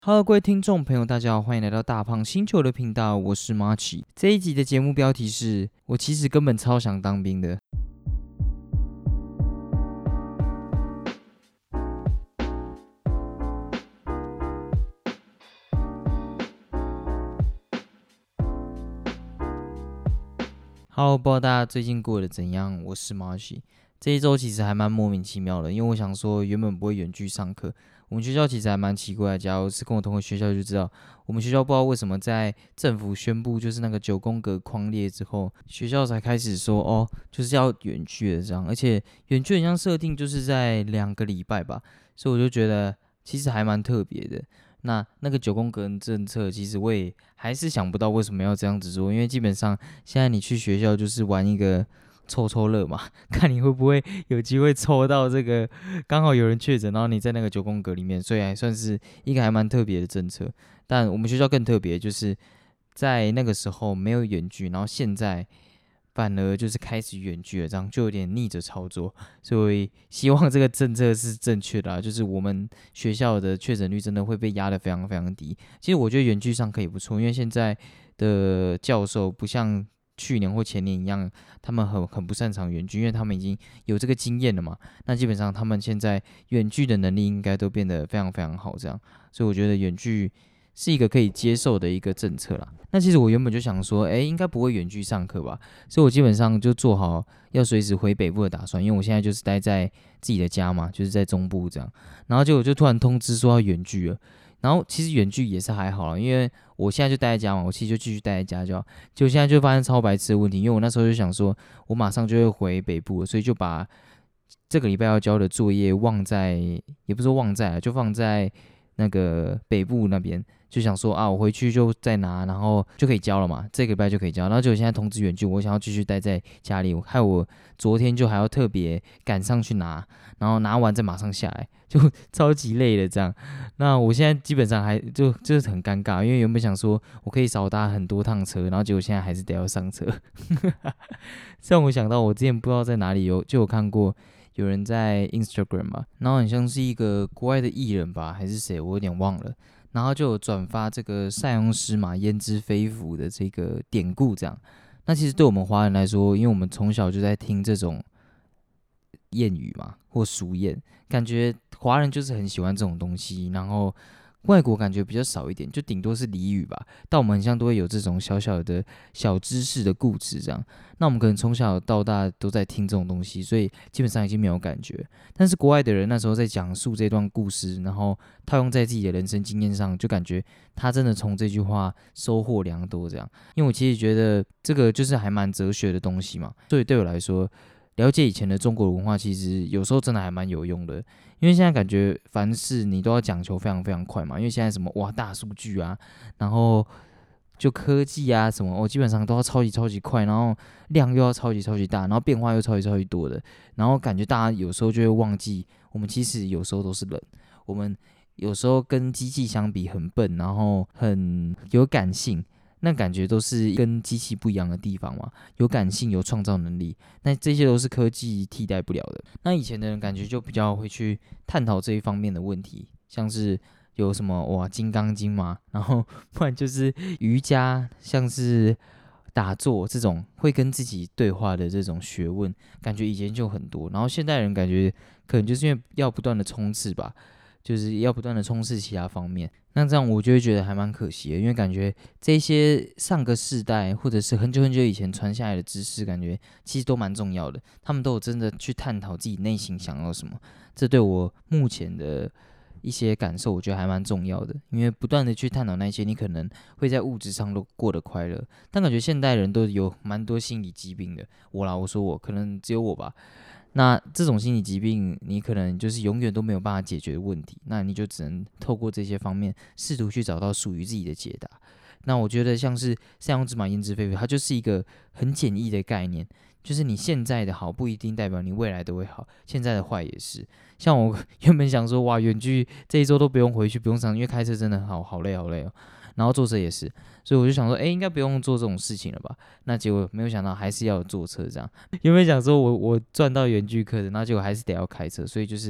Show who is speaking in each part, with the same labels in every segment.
Speaker 1: Hello，各位听众朋友，大家好，欢迎来到大胖星球的频道，我是 Marchi。这一集的节目标题是：我其实根本超想当兵的。Hello，不知道大家最近过得怎样？我是 Marchi。这一周其实还蛮莫名其妙的，因为我想说原本不会远距上课，我们学校其实还蛮奇怪的。假如是跟我同个学校就知道，我们学校不知道为什么在政府宣布就是那个9宫格框列之后，学校才开始说哦，就是要远距的这样，而且远距好像设定就是在2个礼拜吧，所以我就觉得其实还蛮特别的。那个9宫格政策，其实我也还是想不到为什么要这样子做，因为基本上现在你去学校就是玩一个凑凑乐嘛，看你会不会有机会抽到这个刚好有人确诊，然后你在那个9宫格里面，所以还算是一个还蛮特别的政策。但我们学校更特别，就是在那个时候没有远距，然后现在反而就是开始远距了，这样就有点逆着操作。所以希望这个政策是正确的就是我们学校的确诊率真的会被压得非常非常低。其实我觉得远距上课也不错，因为现在的教授不像去年或前年一样，他们很不擅长远距，因为他们已经有这个经验了嘛。那基本上他们现在远距的能力应该都变得非常非常好，这样。所以我觉得远距是一个可以接受的一个政策啦。那其实我原本就想说，应该不会远距上课吧，所以我基本上就做好要随时回北部的打算，因为我现在就是待在自己的家嘛，就是在中部这样。然后结果就突然通知说要远距了，然后其实远距也是还好啦，因为我现在就待在家嘛，我其实就继续待在家就好。结果现在就发生超白痴的问题，因为我那时候就想说，我马上就会回北部了，所以就把这个礼拜要交的作业忘在，也不是说忘在啊，就放在那个北部那边，就想说啊，我回去就再拿，然后就可以交了嘛，这个礼拜就可以交。然后结果现在通知远距，我想要继续待在家里，害我昨天就还要特别赶上去拿，然后拿完再马上下来，就超级累的这样。那我现在基本上还就是很尴尬，因为原本想说我可以少搭很多趟车，然后结果现在还是得要上车。让我想到我之前不知道在哪里就有看过有人在 Instagram 吧，然后很像是一个国外的艺人吧，还是谁，我有点忘了。然后就有转发这个塞翁失马焉知非福的这个典故，这样。那其实对我们华人来说，因为我们从小就在听这种谚语嘛，或俗谚，感觉华人就是很喜欢这种东西，然后外国感觉比较少一点，就顶多是俚语吧。但我们很像都会有这种小小的小知识的故事这样。那我们可能从小到大都在听这种东西，所以基本上已经没有感觉。但是国外的人那时候在讲述这段故事，然后套用在自己的人生经验上，就感觉他真的从这句话收获良多这样。因为我其实觉得这个就是还蛮哲学的东西嘛，所以对我来说，了解以前的中国文化，其实有时候真的还蛮有用的。因为现在感觉凡事你都要讲求非常非常快嘛，因为现在什么哇大数据啊，然后就科技啊什么，我基本上都要超级超级快，然后量又要超级超级大，然后变化又超级超级多的，然后感觉大家有时候就会忘记，我们其实有时候都是人，我们有时候跟机器相比很笨，然后很有感性，那感觉都是跟机器不一样的地方嘛，有感性，有创造能力，那这些都是科技替代不了的。那以前的人感觉就比较会去探讨这一方面的问题，像是有什么哇《金刚经》嘛，然后不然就是瑜伽，像是打坐这种会跟自己对话的这种学问，感觉以前就很多。然后现代人感觉可能就是因为要不断的冲刺吧，就是要不断的冲刺其他方面。那这样我就会觉得还蛮可惜的，因为感觉这些上个世代或者是很久很久以前传下来的知识，感觉其实都蛮重要的。他们都有真的去探讨自己内心想要什么，这对我目前的一些感受，我觉得还蛮重要的。因为不断的去探讨那些，你可能会在物质上都过得快乐，但感觉现代人都有蛮多心理疾病的。我说我可能只有我吧，那这种心理疾病，你可能就是永远都没有办法解决的问题，那你就只能透过这些方面，试图去找到属于自己的解答。那我觉得像是塞翁之马焉知非福，它就是一个很简易的概念，就是你现在的好不一定代表你未来都会好，现在的坏也是。像我原本想说，哇，远距这一周都不用回去，不用上，因为开车真的好累好累哦。然后坐车也是，所以我就想说，应该不用做这种事情了吧？那结果没有想到还是要坐车这样。原本想说我赚到远距课的，那结果还是得要开车，所以就是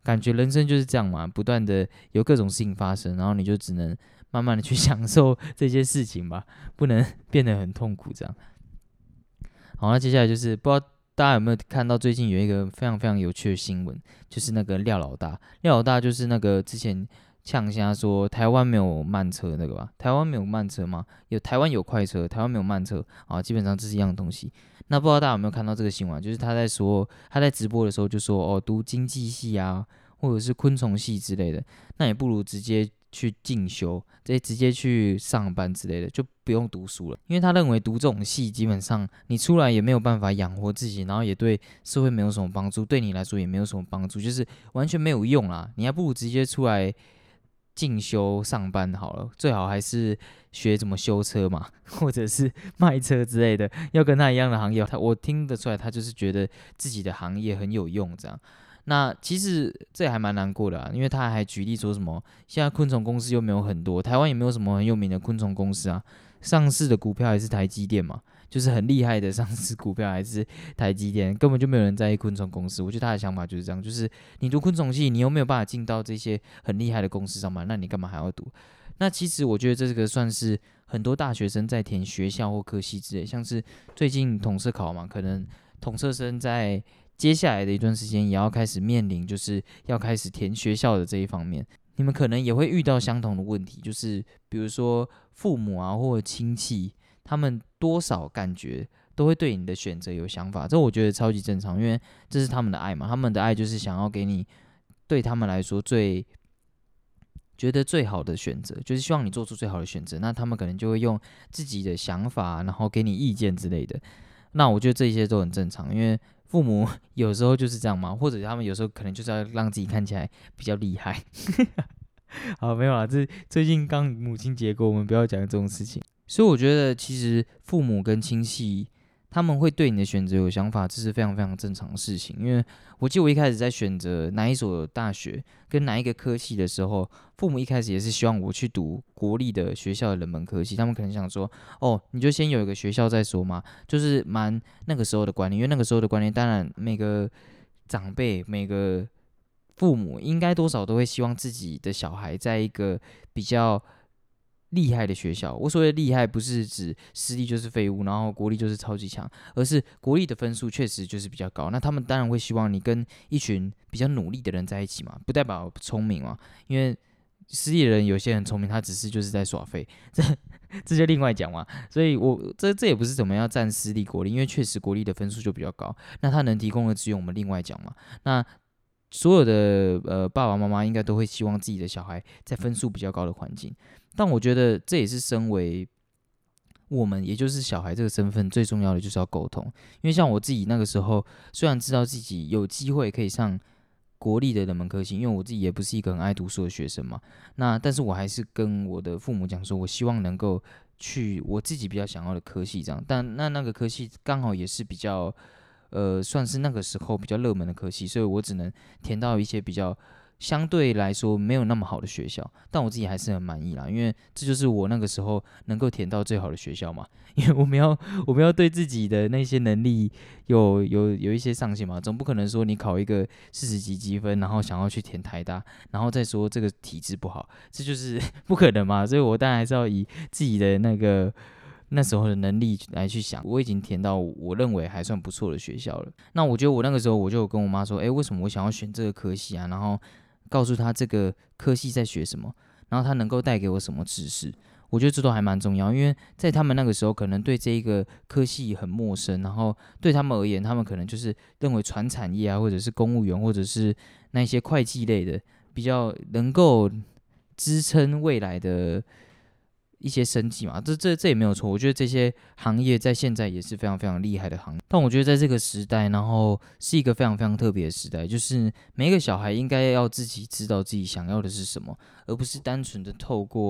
Speaker 1: 感觉人生就是这样嘛，不断的有各种事情发生，然后你就只能慢慢的去享受这些事情吧，不能变得很痛苦这样。好，那接下来就是不知道大家有没有看到最近有一个非常非常有趣的新闻，就是那个廖老大，廖老大就是那个之前呛虾说台湾没有慢车那个吧？台湾没有慢车吗？台湾有快车，台湾没有慢车啊，基本上这是一样的东西。那不知道大家有没有看到这个新闻啊，就是他在说他在直播的时候就说哦，读经济系啊，或者是昆虫系之类的，那也不如直接去进修，直接去上班之类的，就不用读书了。因为他认为读这种系，基本上你出来也没有办法养活自己，然后也对社会没有什么帮助，对你来说也没有什么帮助，就是完全没有用啦。你还不如直接出来进修上班好了，最好还是学怎么修车嘛，或者是卖车之类的，要跟他一样的行业。我听得出来，他就是觉得自己的行业很有用这样。那其实这也还蛮难过的啊，因为他还举例说什么，现在昆虫公司又没有很多，台湾也没有什么很有名的昆虫公司啊，上市的股票还是台积电嘛，就是很厉害的上市股票还是台积电，根本就没有人在意昆虫公司。我觉得他的想法就是这样，就是你读昆虫系，你又没有办法进到这些很厉害的公司上班，那你干嘛还要读？那其实我觉得这个算是很多大学生在填学校或科系之类，像是最近统测考嘛，可能统测生在接下来的一段时间也要开始面临，就是要开始填学校的这一方面，你们可能也会遇到相同的问题，就是比如说父母啊或者亲戚，他们多少感觉都会对你的选择有想法，这我觉得超级正常，因为这是他们的爱嘛，他们的爱就是想要给你对他们来说觉得最好的选择，就是希望你做出最好的选择，那他们可能就会用自己的想法，然后给你意见之类的。那我觉得这些都很正常，因为父母有时候就是这样嘛，或者他们有时候可能就是要让自己看起来比较厉害。好，没有啦，这最近刚母亲节过，我们不要讲这种事情。所以我觉得其实父母跟亲戚他们会对你的选择有想法，这是非常非常正常的事情。因为我记得我一开始在选择哪一所大学跟哪一个科系的时候，父母一开始也是希望我去读国立的学校的冷门科系，他们可能想说，哦，你就先有一个学校再说嘛，就是蛮那个时候的观念。因为那个时候的观念，当然每个长辈、每个父母应该多少都会希望自己的小孩在一个比较厉害的学校。我所谓的厉害，不是指私立就是废物，然后国立就是超级强，而是国立的分数确实就是比较高。那他们当然会希望你跟一群比较努力的人在一起嘛，不代表聪明嘛，因为私立的人有些很聪明，他只是就是在耍废，这就另外讲嘛。所以这也不是怎么要占私立国立，因为确实国立的分数就比较高，那他能提供的资源我们另外讲嘛。那所有的爸爸妈妈应该都会希望自己的小孩在分数比较高的环境，但我觉得这也是身为我们也就是小孩这个身份最重要的就是要沟通。因为像我自己那个时候，虽然知道自己有机会可以上国立的冷门科系，因为我自己也不是一个很爱读书的学生嘛，但是我还是跟我的父母讲说，我希望能够去我自己比较想要的科系这样，但那个科系刚好也是比较算是那个时候比较热门的科系，所以我只能填到一些比较相对来说没有那么好的学校，但我自己还是很满意啦，因为这就是我那个时候能够填到最好的学校嘛。因为我们要对自己的那些能力有一些上限嘛，总不可能说你考一个40几积分，然后想要去填台大，然后再说这个体质不好，这就是不可能嘛。所以我当然还是要以自己的那时候的能力来去想，我已经填到我认为还算不错的学校了。那我觉得我那个时候我就跟我妈说，为什么我想要选这个科系啊？然后告诉她这个科系在学什么，然后它能够带给我什么知识。我觉得这都还蛮重要，因为在他们那个时候可能对这一个科系很陌生，然后对他们而言，他们可能就是认为传产业啊，或者是公务员，或者是那些会计类的比较能够支撑未来的一些生计嘛，这也没有错。我觉得这些行业在现在也是非常非常厉害的行业，但我觉得在这个时代，然后是一个非常非常特别的时代，就是每一个小孩应该要自己知道自己想要的是什么，而不是单纯的透过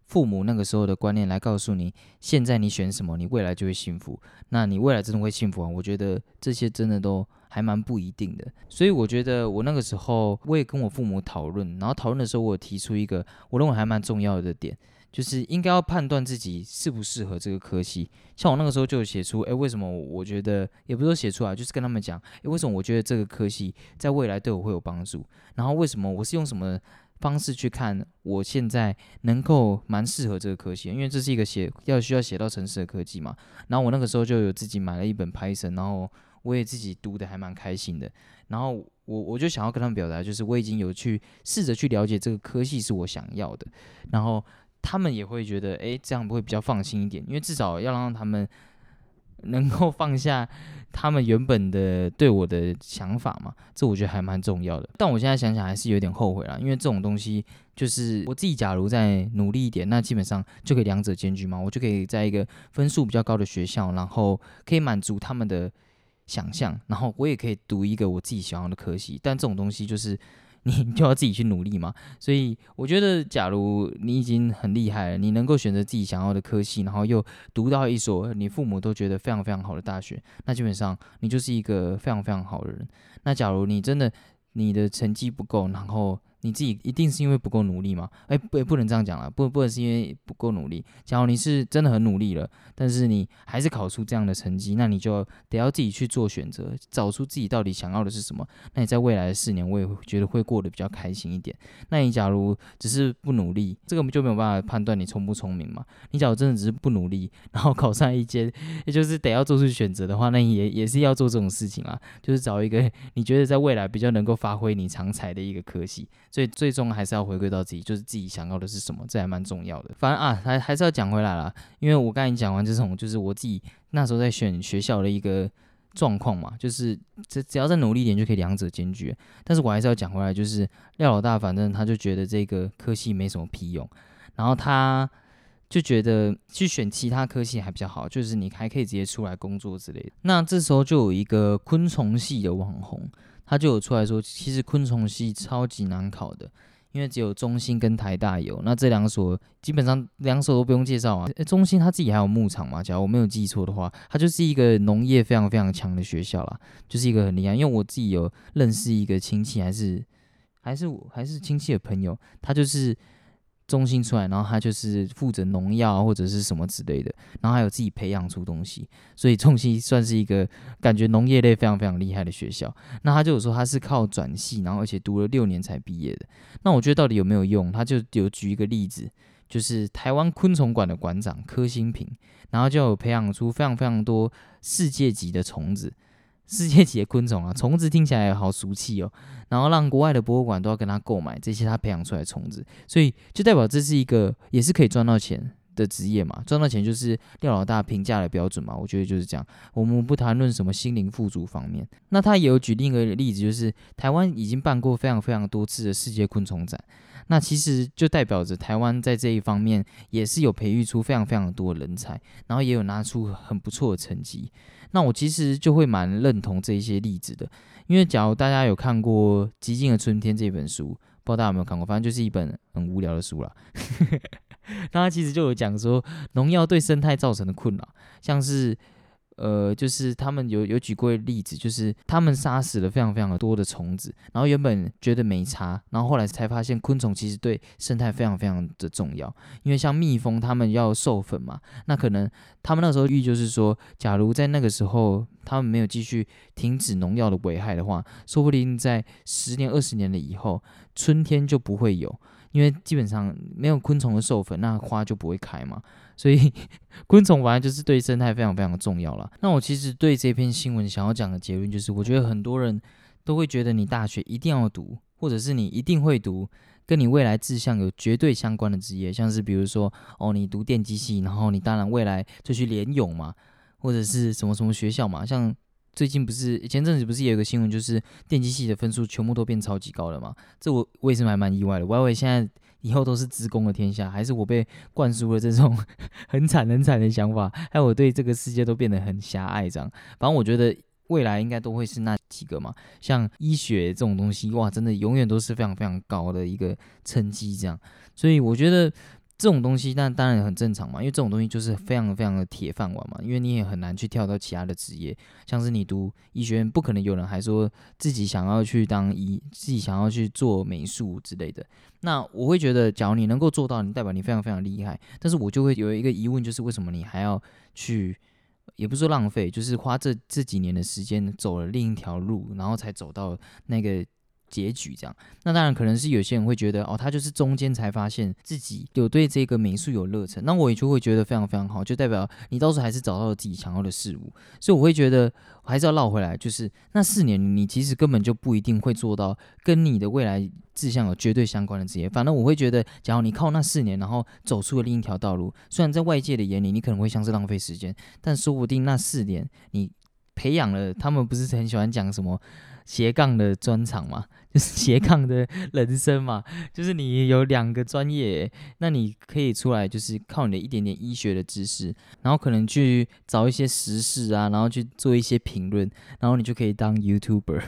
Speaker 1: 父母那个时候的观念来告诉你，现在你选什么，你未来就会幸福。那你未来真的会幸福吗？我觉得这些真的都还蛮不一定的。所以我觉得我那个时候我也跟我父母讨论，然后讨论的时候我有提出一个我认为还蛮重要的点，就是应该要判断自己适不适合这个科系。像我那个时候就有写出，为什么我觉得，也不是说写出来，就是跟他们讲，为什么我觉得这个科系在未来对我会有帮助，然后为什么我是用什么方式去看我现在能够蛮适合这个科系，因为这是一个需要写到程式的科技嘛。然后我那个时候就有自己买了一本 Python，然后我也自己读的还蛮开心的。然后我就想要跟他们表达，就是我已经有去试着去了解这个科系是我想要的，然后他们也会觉得，这样会比较放心一点，因为至少要让他们能够放下他们原本的对我的想法嘛，这我觉得还蛮重要的。但我现在想想还是有点后悔啦，因为这种东西就是我自己假如再努力一点，那基本上就可以两者兼具嘛，我就可以在一个分数比较高的学校，然后可以满足他们的想象，然后我也可以读一个我自己想要的科系。但这种东西就是你就要自己去努力嘛。所以我觉得，假如你已经很厉害了，你能够选择自己想要的科系，然后又读到一所你父母都觉得非常非常好的大学，那基本上你就是一个非常非常好的人。那假如你真的你的成绩不够，然后你自己一定是因为不够努力吗？不能这样讲了，不能是因为不够努力。假如你是真的很努力了，但是你还是考出这样的成绩，那你就得要自己去做选择，找出自己到底想要的是什么。那你在未来的4年，我也觉得会过得比较开心一点。那你假如只是不努力，这个就没有办法判断你聪不聪明嘛。你假如真的只是不努力，然后考上一间，也就是得要做出选择的话，那也是要做这种事情啦，就是找一个你觉得在未来比较能够发挥你长才的一个科系。所以最终还是要回归到自己，就是自己想要的是什么，这还蛮重要的。反正还是要讲回来啦，因为我刚才讲完这种，就是我自己那时候在选学校的一个状况嘛，就是只要再努力一点就可以两者兼具。但是我还是要讲回来，就是廖老大反正他就觉得这个科系没什么屁用，然后他就觉得去选其他科系还比较好，就是你还可以直接出来工作之类的。那这时候就有一个昆虫系的网红，他就有出来说，其实昆虫系超级难考的，因为只有中兴跟台大有，那这两所基本上两所都不用介绍啊。中兴他自己还有牧场嘛，假如我没有记错的话，它就是一个农业非常非常强的学校啦，就是一个很厉害。因为我自己有认识一个亲戚，还是亲戚的朋友，他就是中心出来，然后他就是负责农药或者是什么之类的，然后还有自己培养出东西，所以中心算是一个感觉农业类非常非常厉害的学校。那他就有说他是靠转系，然后而且读了6年才毕业的。那我觉得到底有没有用？他就有举一个例子，就是台湾昆虫馆的馆长柯新平，然后就有培养出非常非常多世界级的虫子。世界级的昆虫啊，虫子听起来好俗气哦，然后让国外的博物馆都要跟他购买这些他培养出来的虫子，所以就代表这是一个也是可以赚到钱的职业嘛，赚到钱就是廖老大评价的标准嘛，我觉得就是这样。我们不谈论什么心灵富足方面，那他也有举另一个例子，就是台湾已经办过非常非常多次的世界昆虫展，那其实就代表着台湾在这一方面也是有培育出非常非常多的人才，然后也有拿出很不错的成绩。那我其实就会蛮认同这一些例子的，因为假如大家有看过《极尽的春天》这本书，不知道大家有没有看过，反正就是一本很无聊的书啦。那他其实就有讲说农药对生态造成的困扰，像是就是他们有举过例子，就是他们杀死了非常非常多的虫子，然后原本觉得没差，然后后来才发现昆虫其实对生态非常非常的重要。因为像蜜蜂，他们要授粉嘛，那可能他们那时候预就是说，假如在那个时候他们没有继续停止农药的危害的话，说不定在10年、20年了以后，春天就不会有。因为基本上没有昆虫的授粉，那花就不会开嘛，所以昆虫反正就是对生态非常非常重要啦。那我其实对这篇新闻想要讲的结论就是，我觉得很多人都会觉得你大学一定要读，或者是你一定会读跟你未来志向有绝对相关的职业，像是比如说你读电机系，然后你当然未来就去联咏嘛，或者是什么什么学校嘛，像最近不是前阵子不是也有个新闻，就是电机系的分数全部都变超级高了嘛？这我也是还蛮意外的。我以为现在以后都是资工的天下，还是我被灌输了这种很惨很惨的想法，还有我对这个世界都变得很狭隘这样。反正我觉得未来应该都会是那几个嘛，像医学这种东西，哇，真的永远都是非常非常高的一个成绩这样。所以我觉得这种东西那当然很正常嘛，因为这种东西就是非常非常的铁饭碗嘛，因为你也很难去跳到其他的职业，像是你读医学院，不可能有人还说自己想要去当医，自己想要去做美术之类的。那我会觉得，假如你能够做到，你代表你非常非常厉害。但是我就会有一个疑问，就是为什么你还要去，也不是说浪费，就是花这几年的时间走了另一条路，然后才走到那个结局这样。那当然可能是有些人会觉得，哦，他就是中间才发现自己有对这个美术有热忱，那我也就会觉得非常非常好，就代表你到时候还是找到了自己想要的事物。所以我会觉得，我还是要绕回来，就是那4年你其实根本就不一定会做到跟你的未来志向有绝对相关的职业。反正我会觉得，假如你靠那4年，然后走出了另一条道路，虽然在外界的眼里你可能会像是浪费时间，但说不定那4年你培养了，他们不是很喜欢讲什么斜杠的专长嘛，就是斜杠的人生嘛，就是你有2个专业，那你可以出来就是靠你的一点点医学的知识，然后可能去找一些时事啊，然后去做一些评论，然后你就可以当 YouTuber。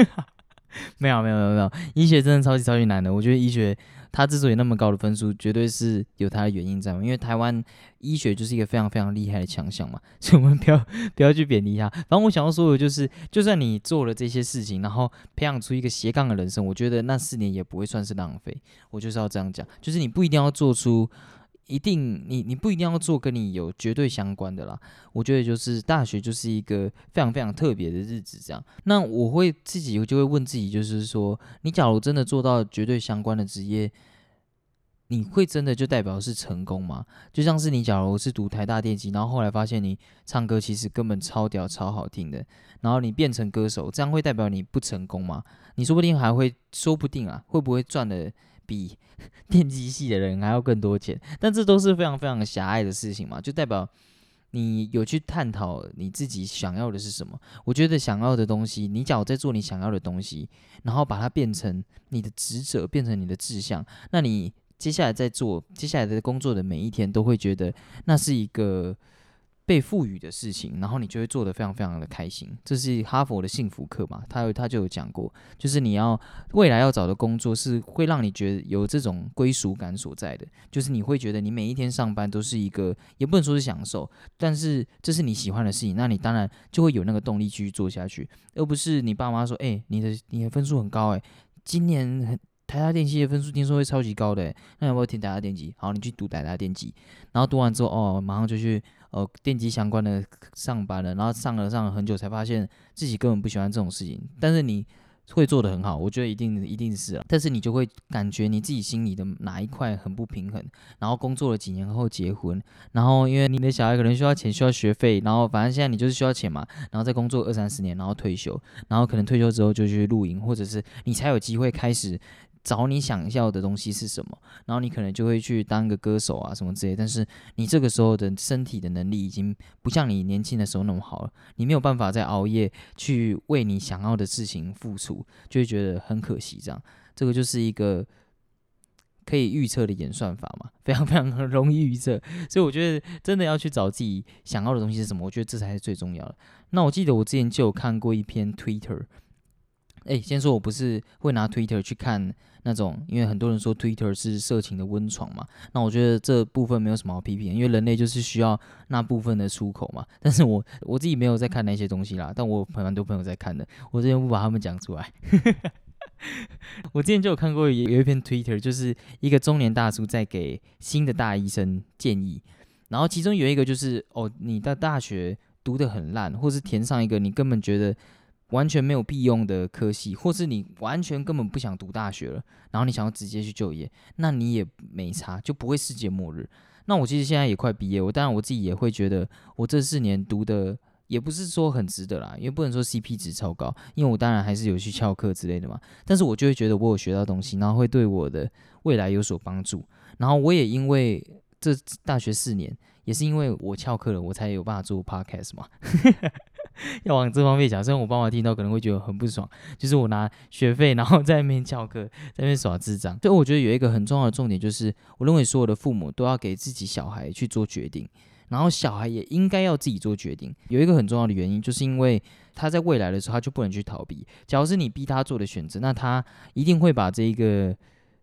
Speaker 1: 没有，医学真的超级超级难的。我觉得医学它之所以那么高的分数，绝对是有它的原因在嘛。因为台湾医学就是一个非常非常厉害的强项嘛，所以我们不要去贬低它。反正我想要说的就是，就算你做了这些事情，然后培养出一个斜杠的人生，我觉得那4年也不会算是浪费。我就是要这样讲，就是你不一定要做出。一定，你不一定要做跟你有绝对相关的啦。我觉得就是大学就是一个非常非常特别的日子，这样。那我会自己就会问自己，就是说，你假如真的做到绝对相关的职业，你会真的就代表是成功吗？就像是你假如是读台大电机，然后后来发现你唱歌其实根本超屌超好听的，然后你变成歌手，这样会代表你不成功吗？你说不定还会，说不定啊，会不会赚的比电机系的人还要更多钱？但这都是非常非常狭隘的事情嘛，就代表你有去探讨你自己想要的是什么。我觉得想要的东西，你假如在做你想要的东西，然后把它变成你的职责，变成你的志向，那你接下来在做接下来的工作的每一天，都会觉得那是一个被赋予的事情，然后你就会做得非常非常的开心。这是哈佛的幸福课嘛，他就有讲过，就是你要未来要找的工作是会让你觉得有这种归属感所在的，就是你会觉得你每一天上班都是一个，也不能说是享受，但是这是你喜欢的事情，那你当然就会有那个动力继续做下去，而不是你爸妈说，你的分数很高，今年台大电机的分数听说会超级高的，那要不要填台大电机？好，你去读台大电机，然后读完之后，马上就去电机相关的上班了，然后上了很久，才发现自己根本不喜欢这种事情，但是你会做得很好，我觉得一定是啊，但是你就会感觉你自己心里的哪一块很不平衡，然后工作了几年后结婚，然后因为你的小孩可能需要钱，需要学费，然后反正现在你就是需要钱嘛，然后再工作20-30年，然后退休，然后可能退休之后就去露营，或者是你才有机会开始找你想要的东西是什么，然后你可能就会去当个歌手啊什么之类，但是你这个时候的身体的能力已经不像你年轻的时候那么好了，你没有办法再熬夜去为你想要的事情付出，就会觉得很可惜。这样，这个就是一个可以预测的演算法嘛，非常非常容易预测，所以我觉得真的要去找自己想要的东西是什么，我觉得这才是最重要的。那我记得我之前就有看过一篇 Twitter。先说我不是会拿 Twitter 去看那种，因为很多人说 Twitter 是色情的温床嘛，那我觉得这部分没有什么好批评，因为人类就是需要那部分的出口嘛。但是我自己没有在看那些东西啦，但我蛮多朋友在看的，我之前不把他们讲出来。我之前就有看过有一篇 Twitter， 就是一个中年大叔在给新的大医生建议，然后其中有一个就是你的大学读得很烂，或是填上一个你根本觉得完全没有必用的科系，或是你完全根本不想读大学了，然后你想要直接去就业，那你也没差，就不会世界末日。那我其实现在也快毕业，当然我自己也会觉得，我这4年读的也不是说很值得啦，因为不能说 CP 值超高，因为我当然还是有去翘课之类的嘛，但是我就会觉得我有学到东西，然后会对我的未来有所帮助。然后我也因为这大学4年，也是因为我翘课了，我才有办法做 podcast 嘛。要往这方面讲，虽然我爸妈听到可能会觉得很不爽，就是我拿学费然后在那边翘课，在那边耍智障。所以我觉得有一个很重要的重点，就是我认为所有的父母都要给自己小孩去做决定，然后小孩也应该要自己做决定。有一个很重要的原因，就是因为他在未来的时候他就不能去逃避。假如是你逼他做的选择，那他一定会把这一个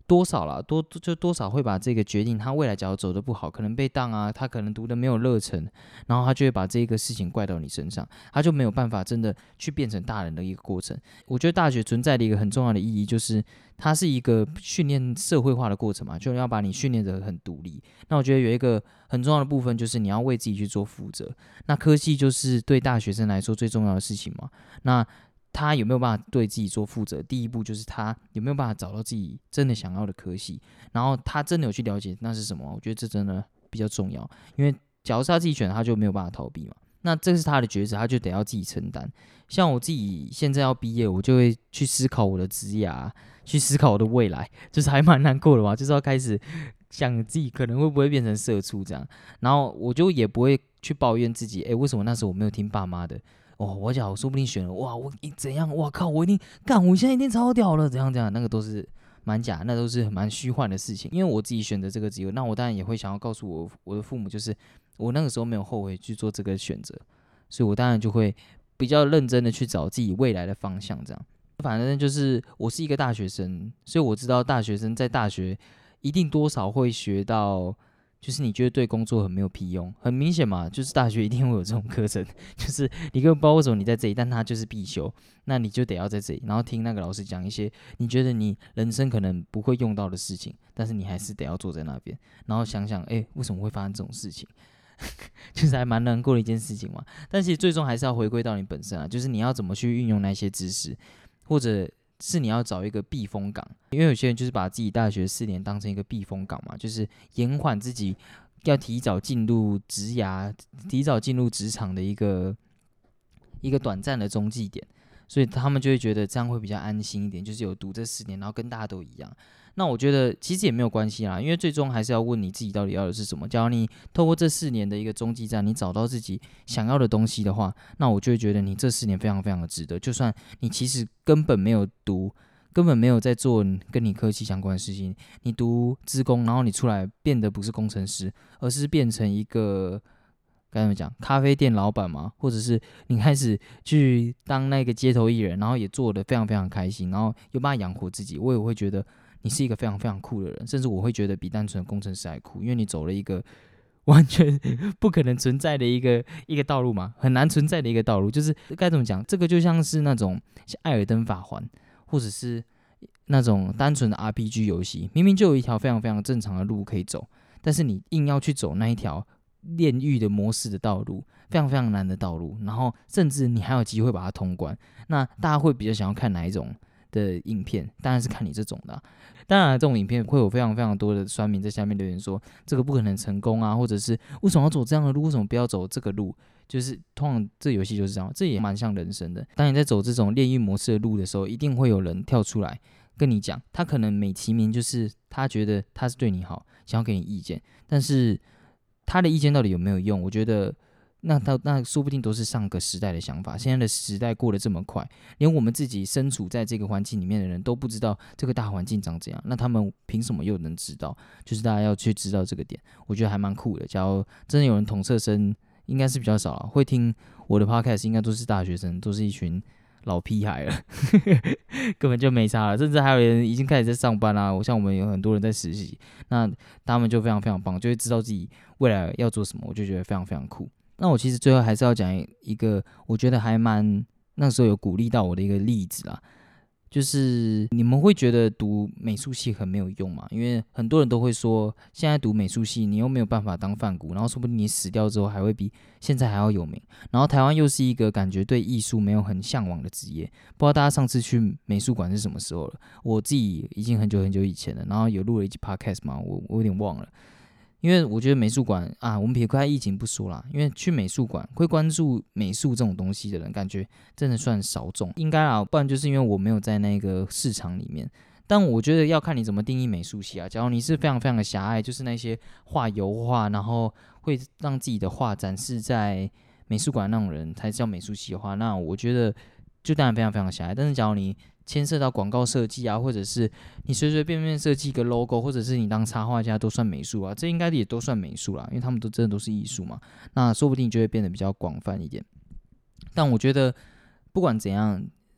Speaker 1: 多少啦，多少会把这个决定，他未来假如走的不好，可能被当啊，他可能读的没有热忱，然后他就会把这个事情怪到你身上，他就没有办法真的去变成大人的一个过程。我觉得大学存在的一个很重要的意义，就是它是一个训练社会化的过程嘛，就要把你训练得很独立。那我觉得有一个很重要的部分，就是你要为自己去做负责。那科系就是对大学生来说最重要的事情嘛。那他有没有办法对自己做负责？第一步就是他有没有办法找到自己真的想要的科系，然后他真的有去了解那是什么？我觉得这真的比较重要，因为假如是他自己选的，他就没有办法逃避嘛。那这是他的抉择，他就得要自己承担。像我自己现在要毕业，我就会去思考我的职业，去思考我的未来，就是还蛮难过的嘛，就是要开始想自己可能会不会变成社畜这样，然后我就也不会去抱怨自己，为什么那时候我没有听爸妈的？我讲我说不定选了，哇，我怎样？哇靠，我一定干，我现在一定超屌了，怎样怎样？那个都是蛮假，那都是蛮虚幻的事情。因为我自己选择这个职业，那我当然也会想要告诉我的父母，就是我那个时候没有后悔去做这个选择，所以我当然就会比较认真的去找自己未来的方向，这样。反正就是我是一个大学生，所以我知道大学生在大学一定多少会学到。就是你觉得对工作很没有屁用，很明显嘛，就是大学一定会有这种课程，就是你根本不知道为什么你在这里，但它就是必修，那你就得要在这里，然后听那个老师讲一些你觉得你人生可能不会用到的事情，但是你还是得要坐在那边，然后想想，为什么会发生这种事情？就是还蛮难过的一件事情嘛。但其实最终还是要回归到你本身啊，就是你要怎么去运用那些知识，或者是你要找一个避风港，因为有些人就是把自己大学4年当成一个避风港嘛，就是延缓自己要提早进入职涯、提早进入职场的一个短暂的中继点，所以他们就会觉得这样会比较安心一点，就是有读这4年，然后跟大家都一样。那我觉得其实也没有关系啦，因为最终还是要问你自己到底要的是什么。假如你透过这4年的一个中继站，你找到自己想要的东西的话，那我就会觉得你这4年非常非常的值得。就算你其实根本没有读，根本没有在做跟你科技相关的事情，你读资工，然后你出来变得不是工程师，而是变成一个该怎么讲，咖啡店老板嘛，或者是你开始去当那个街头艺人，然后也做得非常非常开心，然后有办法养活自己，我也会觉得你是一个非常非常酷的人，甚至我会觉得比单纯的工程师还酷，因为你走了一个完全不可能存在的一个道路嘛，很难存在的一个道路，就是该怎么讲，这个就像是那种像艾尔登法环，或者是那种单纯的 RPG 游戏，明明就有一条非常非常正常的路可以走，但是你硬要去走那一条炼狱的模式的道路，非常非常难的道路，然后甚至你还有机会把它通关，那大家会比较想要看哪一种的影片？当然是看你这种的当然，这种影片会有非常非常多的酸民在下面留言说这个不可能成功啊，或者是为什么要走这样的路？为什么不要走这个路？就是通常这游戏就是这样，这也蛮像人生的。当你在走这种炼狱模式的路的时候，一定会有人跳出来跟你讲，他可能美其名就是他觉得他是对你好，想要给你意见，但是他的意见到底有没有用？我觉得那说不定都是上个时代的想法。现在的时代过得这么快，连我们自己身处在这个环境里面的人都不知道这个大环境长怎样，那他们凭什么又能知道？就是大家要去知道这个点，我觉得还蛮酷的。假如真的有人统测生，应该是比较少了，会听我的 podcast 应该都是大学生，都是一群老屁孩了，根本就没差了。甚至还有人已经开始在上班啦，像我们有很多人在实习，那他们就非常非常棒，就会知道自己未来要做什么，我就觉得非常非常酷。那我其实最后还是要讲一个我觉得还蛮那时候有鼓励到我的一个例子啦，就是你们会觉得读美术系很没有用吗？因为很多人都会说，现在读美术系你又没有办法当饭骨，然后说不定你死掉之后还会比现在还要有名。然后台湾又是一个感觉对艺术没有很向往的职业，不知道大家上次去美术馆是什么时候了？我自己已经很久很久以前了，然后有录了一集 podcast 嘛，我有点忘了。因为我觉得美术馆啊，我们撇开疫情不说啦，因为去美术馆会关注美术这种东西的人，感觉真的算少众，应该啦，不然就是因为我没有在那个市场里面。但我觉得要看你怎么定义美术系啊。假如你是非常非常的狭隘，就是那些画油画，然后会让自己的画展示在美术馆那种人才叫美术系的话，那我觉得就当然非常非常狭隘。但是假如你牵涉到广告设计啊，或者是你随随便便设计一个 logo， 或者是你当插画家都算美术啊，这应该也都算美术啦，因为他们都真的都是艺术嘛。那说不定就会变得比较广泛一点。但我觉得不管怎样，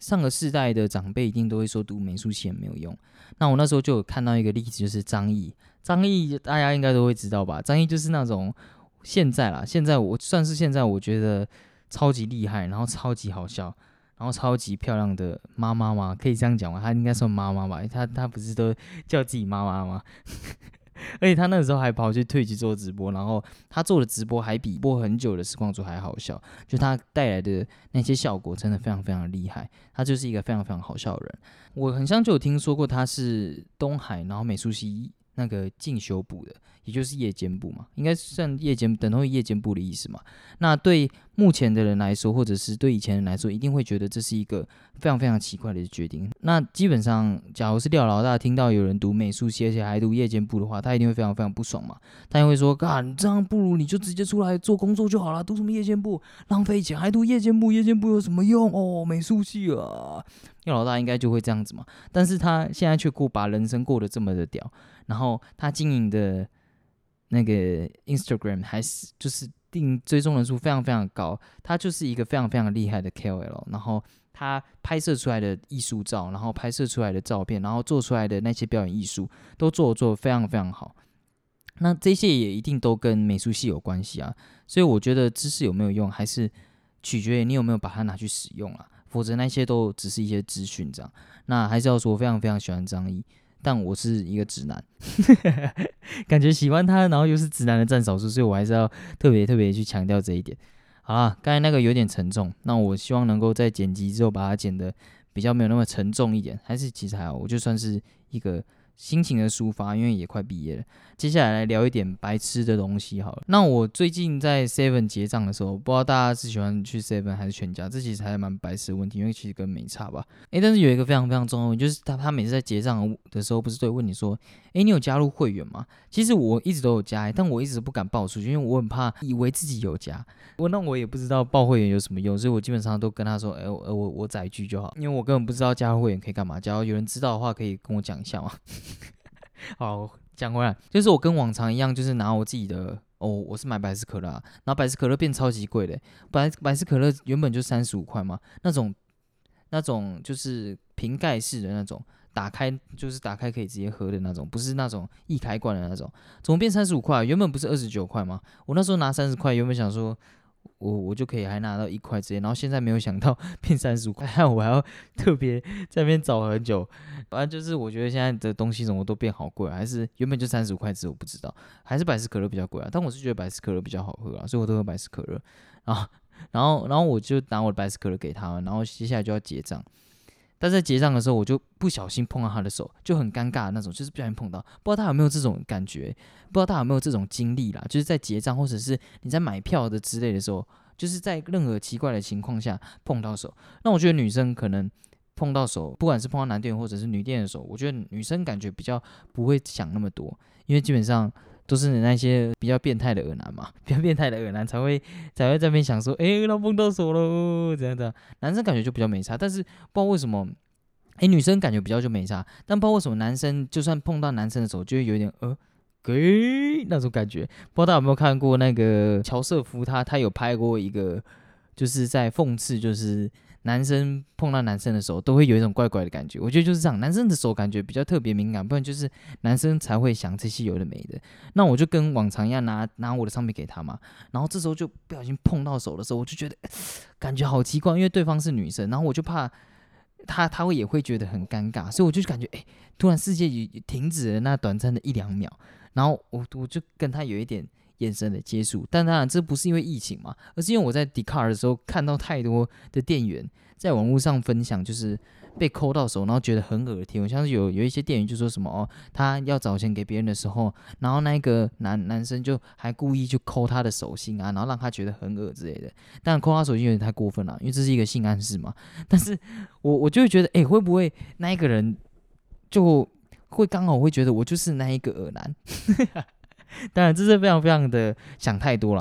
Speaker 1: 上个世代的长辈一定都会说读美术系很没有用。那我那时候就有看到一个例子，就是张毅。张毅大家应该都会知道吧？张毅就是那种现在我觉得超级厉害，然后超级好笑，然后超级漂亮的妈妈吗？可以这样讲吗？她应该算妈妈吧？她不是都叫自己妈妈吗？而且他那个时候还跑去退去做直播，然后他做的直播还比播很久的实况主还好笑，就他带来的那些效果真的非常非常厉害，他就是一个非常非常好笑的人。我很像就有听说过他是东海，然后美术系那个进修部的，也就是夜间部嘛，应该算夜间等同于夜间部的意思嘛。那对目前的人来说，或者是对以前人来说，一定会觉得这是一个非常非常奇怪的决定。那基本上，假如是廖老大听到有人读美术系，而且还读夜间部的话，他一定会非常非常不爽嘛。他也会说：“你这样不如你就直接出来做工作就好了，读什么夜间部，浪费钱，还读夜间部，夜间部有什么用哦？美术系啊。”廖老大应该就会这样子嘛。但是他现在却把人生过得这么的屌，然后他经营的那个 Instagram 还是就是追踪人数非常非常高，他就是一个非常非常厉害的 KOL， 然后他拍摄出来的艺术照，然后拍摄出来的照片，然后做出来的那些表演艺术都做得非常非常好。那这些也一定都跟美术系有关系啊，所以我觉得知识有没有用，还是取决于你有没有把它拿去使用啊，否则那些都只是一些资讯这样。那还是要说我非常非常喜欢张毅，但我是一个直男，感觉喜欢他，然后又是直男的占少数，所以我还是要特别特别去强调这一点。好啦，刚才那个有点沉重，那我希望能够在剪辑之后把它剪得比较没有那么沉重一点，还是其实还好，我就算是一个心情的抒发，因为也快毕业了。接下来聊一点白痴的东西好了。那我最近在 Seven 结账的时候，不知道大家是喜欢去 Seven 还是全家，这其实还蛮白痴的问题，因为其实跟没差吧。但是有一个非常非常重要的问题，就是他每次在结账的时候，不是都会问你说，你有加入会员吗？其实我一直都有加，但我一直不敢报出去，因为我很怕以为自己有加。那我也不知道报会员有什么用，所以我基本上都跟他说，我载具就好，因为我根本不知道加入会员可以干嘛。假如有人知道的话，可以跟我讲一下嘛。好，讲回来，就是我跟往常一样，就是拿我自己的我是买百事可乐然后百事可乐变超级贵的，百事可乐原本就35块嘛，那种就是瓶盖式的那种，打开可以直接喝的那种，不是那种易开罐的那种，怎么变35块？原本不是29块吗？我那时候拿30块，原本想说我就可以还拿到1块直接，然后现在没有想到变35块，我还要特别在那边找很久。反正就是我觉得现在的东西怎么都变好贵，还是原本就35块只我不知道，还是百事可乐比较贵啊。但我是觉得百事可乐比较好喝啊，所以我都喝百事可乐。然后我就拿我的百事可乐给他们，然后接下来就要结账。但在结账的时候，我就不小心碰到他的手，就很尴尬的那种，就是不小心碰到。不知道他有没有这种感觉，不知道他有没有这种经历啦，就是在结账或者是你在买票的之类的时候，就是在任何奇怪的情况下碰到手。那我觉得女生可能碰到手，不管是碰到男店员或者是女店员的手，我觉得女生感觉比较不会想那么多，因为基本上都是那些比较变态的恶男嘛，比较变态的恶男才会在那边想说，他碰到手了，这样的。男生感觉就比较没差，但是不知道为什么，女生感觉比较就没差，但不知道为什么男生就算碰到男生的时候，就会有点给那种感觉。不知道大家有没有看过那个乔瑟夫他有拍过一个，就是在讽刺，就是男生碰到男生的手都会有一种怪怪的感觉。我觉得就是这样，男生的手感觉比较特别敏感，不然就是男生才会想这些有的没的。那我就跟往常一样拿我的商品给他嘛，然后这时候就不小心碰到手的时候，我就觉得感觉好奇怪，因为对方是女生，然后我就怕他也会觉得很尴尬，所以我就感觉突然世界也停止了那短暂的1-2秒，然后我就跟他有一点眼神的接触，但当然这不是因为疫情嘛，而是因为我在 Dcard 的时候看到太多的店员在网络上分享，就是被抠到手，然后觉得很恶的贴文，像是有一些店员就说什么他要找钱给别人的时候，然后那个男生就还故意就抠他的手心啊，然后让他觉得很恶之类的。但抠他手心有点太过分了，因为这是一个性暗示嘛。但是我就会觉得，会不会那一个人就会刚好会觉得我就是那一个恶男？当然这是非常非常的想太多了，因为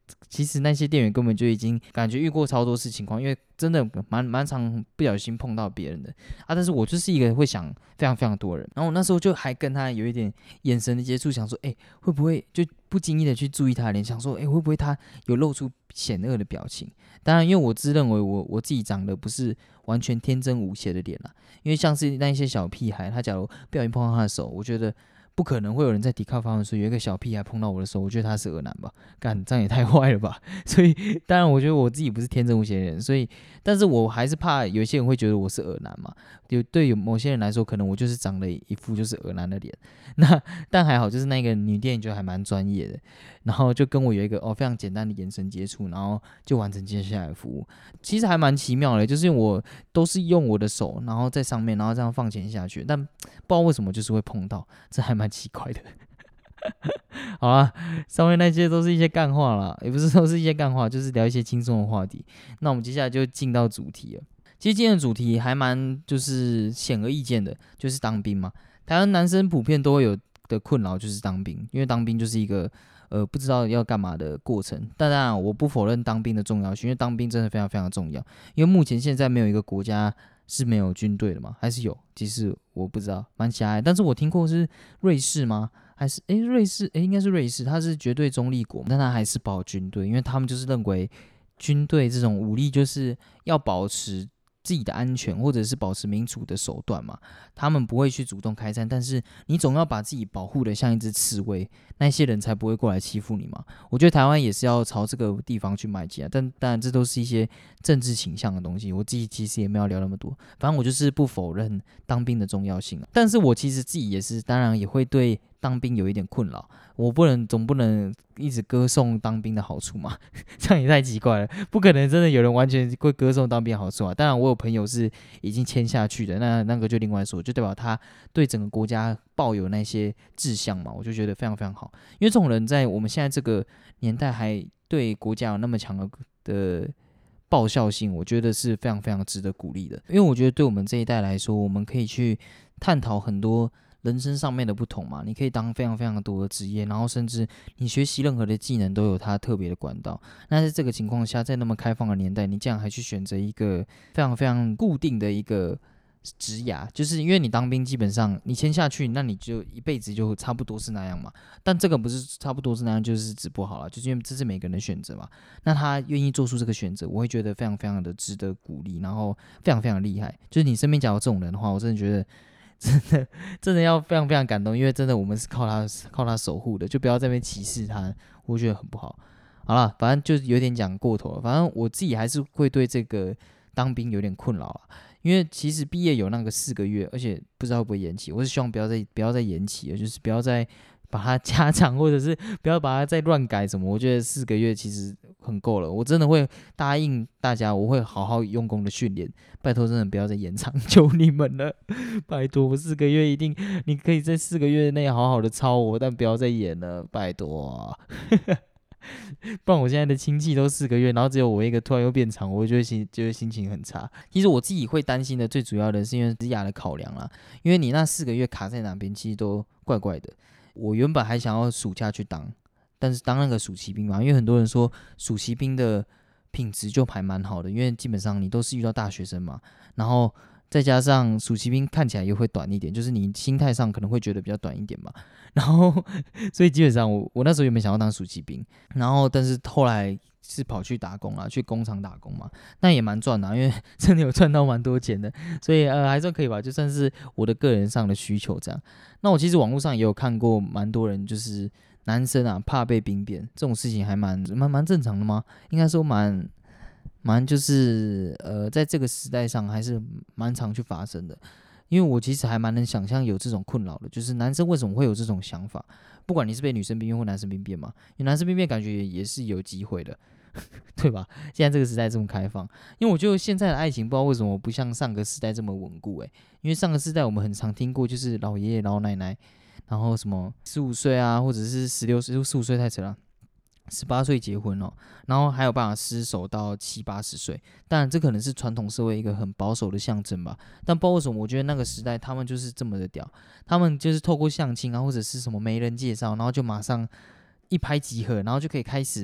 Speaker 1: 其实那些店员根本就已经感觉遇过超多次情况，因为真的蛮常不小心碰到别人的啊。但是我就是一个会想非常非常多人，然后我那时候就还跟他有一点眼神的接触，想说，会不会就不经意的去注意他的脸，想说，会不会他有露出险恶的表情？当然，因为我自认为我自己长得不是完全天真无邪的脸啦，因为像是那一些小屁孩，他假如不小心碰到他的手，我觉得不可能会有人在迪卡发文说有一个小屁孩碰到我的手，我觉得他是恶男吧？干，这样也太坏了吧！所以当然，我觉得我自己不是天真无邪的人，所以但是我还是怕有些人会觉得我是恶男嘛。对某些人来说，可能我就是长了一副就是恶男的脸。但还好，就是那个女店员就还蛮专业的，然后就跟我有一个非常简单的眼神接触，然后就完成接下来的服务。其实还蛮奇妙的，就是我都是用我的手，然后在上面，然后这样放钱下去，但不知道为什么就是会碰到，这还蛮奇怪的。好啦，上面那些都是一些干话啦，也不是都是一些干话，就是聊一些轻松的话题。那我们接下来就进到主题了。其实今天的主题还蛮就是显而易见的，就是当兵嘛。台湾男生普遍都会有的困扰就是当兵，因为当兵就是一个不知道要干嘛的过程。但当然我不否认当兵的重要性，因为当兵真的非常非常重要。因为目前现在没有一个国家是没有军队的嘛，还是有？其实我不知道，蛮狭隘。但是我听过是瑞士吗？还是瑞士？应该是瑞士，它是绝对中立国，但它还是保军队，因为他们就是认为军队这种武力就是要保持自己的安全，或者是保持民主的手段嘛。他们不会去主动开战，但是你总要把自己保护的像一只刺猬，那些人才不会过来欺负你嘛。我觉得台湾也是要朝这个地方去迈进啊，但当然这都是一些政治倾向的东西，我自己其实也没有聊那么多。反正我就是不否认当兵的重要性啊，但是我其实自己也是，当然也会对当兵有一点困扰。我总不能一直歌颂当兵的好处嘛，这样也太奇怪了。不可能真的有人完全会歌颂当兵的好处啊。当然，我有朋友是已经签下去的，那个就另外说，就代表他对整个国家抱有那些志向嘛，我就觉得非常非常好。因为这种人在我们现在这个年代还对国家有那么强的报效性，我觉得是非常非常值得鼓励的。因为我觉得对我们这一代来说，我们可以去探讨很多人生上面的不同嘛，你可以当非常非常多的职业，然后甚至你学习任何的技能都有它特别的管道。那在这个情况下，在那么开放的年代，你竟然还去选择一个非常非常固定的一个职涯，就是因为你当兵基本上你签下去，那你就一辈子就差不多是那样嘛。但这个不是差不多是那样，就是指不好了，就是因为这是每个人的选择嘛。那他愿意做出这个选择，我会觉得非常非常的值得鼓励，然后非常非常厉害。就是你身边假如这种人的话，我真的觉得。真的要非常非常感动，因为真的我们是靠他守护的，就不要在那边歧视他，我觉得很不好。好了，反正就有点讲过头了。反正我自己还是会对这个当兵有点困扰啊，因为其实毕业有那个4个月，而且不知道会不会延期。我是希望不要再延期了，就是不要再把它加长，或者是不要把它再乱改什么。我觉得4个月其实很够了，我真的会答应大家，我会好好用功的训练。拜托，真的不要再延长，求你们了，拜托，我4个月一定，你可以在4个月内好好的操我，但不要再演了，拜托啊！不然我现在的亲戚都4个月，然后只有我一个突然又变长，我就会心情很差。其实我自己会担心的，最主要的是因为职涯的考量啦，因为你那4个月卡在哪边，其实都怪怪的。我原本还想要暑假去当，但是当那个暑期兵嘛，因为很多人说暑期兵的品质就还蛮好的，因为基本上你都是遇到大学生嘛，然后再加上暑期兵看起来也会短一点，就是你心态上可能会觉得比较短一点嘛。然后所以基本上我那时候原本想要当暑期兵，然后但是后来是跑去打工啦，去工厂打工嘛，那也蛮赚的因为真的有赚到蛮多钱的，所以还算可以吧，就算是我的个人上的需求这样。那我其实网络上也有看过蛮多人，就是男生啊怕被兵变这种事情还蛮正常的吗？应该说蛮就是在这个时代上还是蛮常去发生的。因为我其实还蛮能想象有这种困扰的，就是男生为什么会有这种想法？不管你是被女生兵变或男生兵变嘛，因为男生兵变感觉也是有机会的，对吧？现在这个时代这么开放，因为我觉得现在的爱情不知道为什么不像上个时代这么稳固因为上个时代我们很常听过就是老爷爷老奶奶，然后什么15岁啊，或者是16岁，15岁太扯了。18岁结婚然后还有办法厮守到70、80岁，当然这可能是传统社会一个很保守的象征吧。但不知道为什么，我觉得那个时代他们就是这么的屌，他们就是透过相亲啊，或者是什么媒人介绍，然后就马上一拍即合，然后就可以开始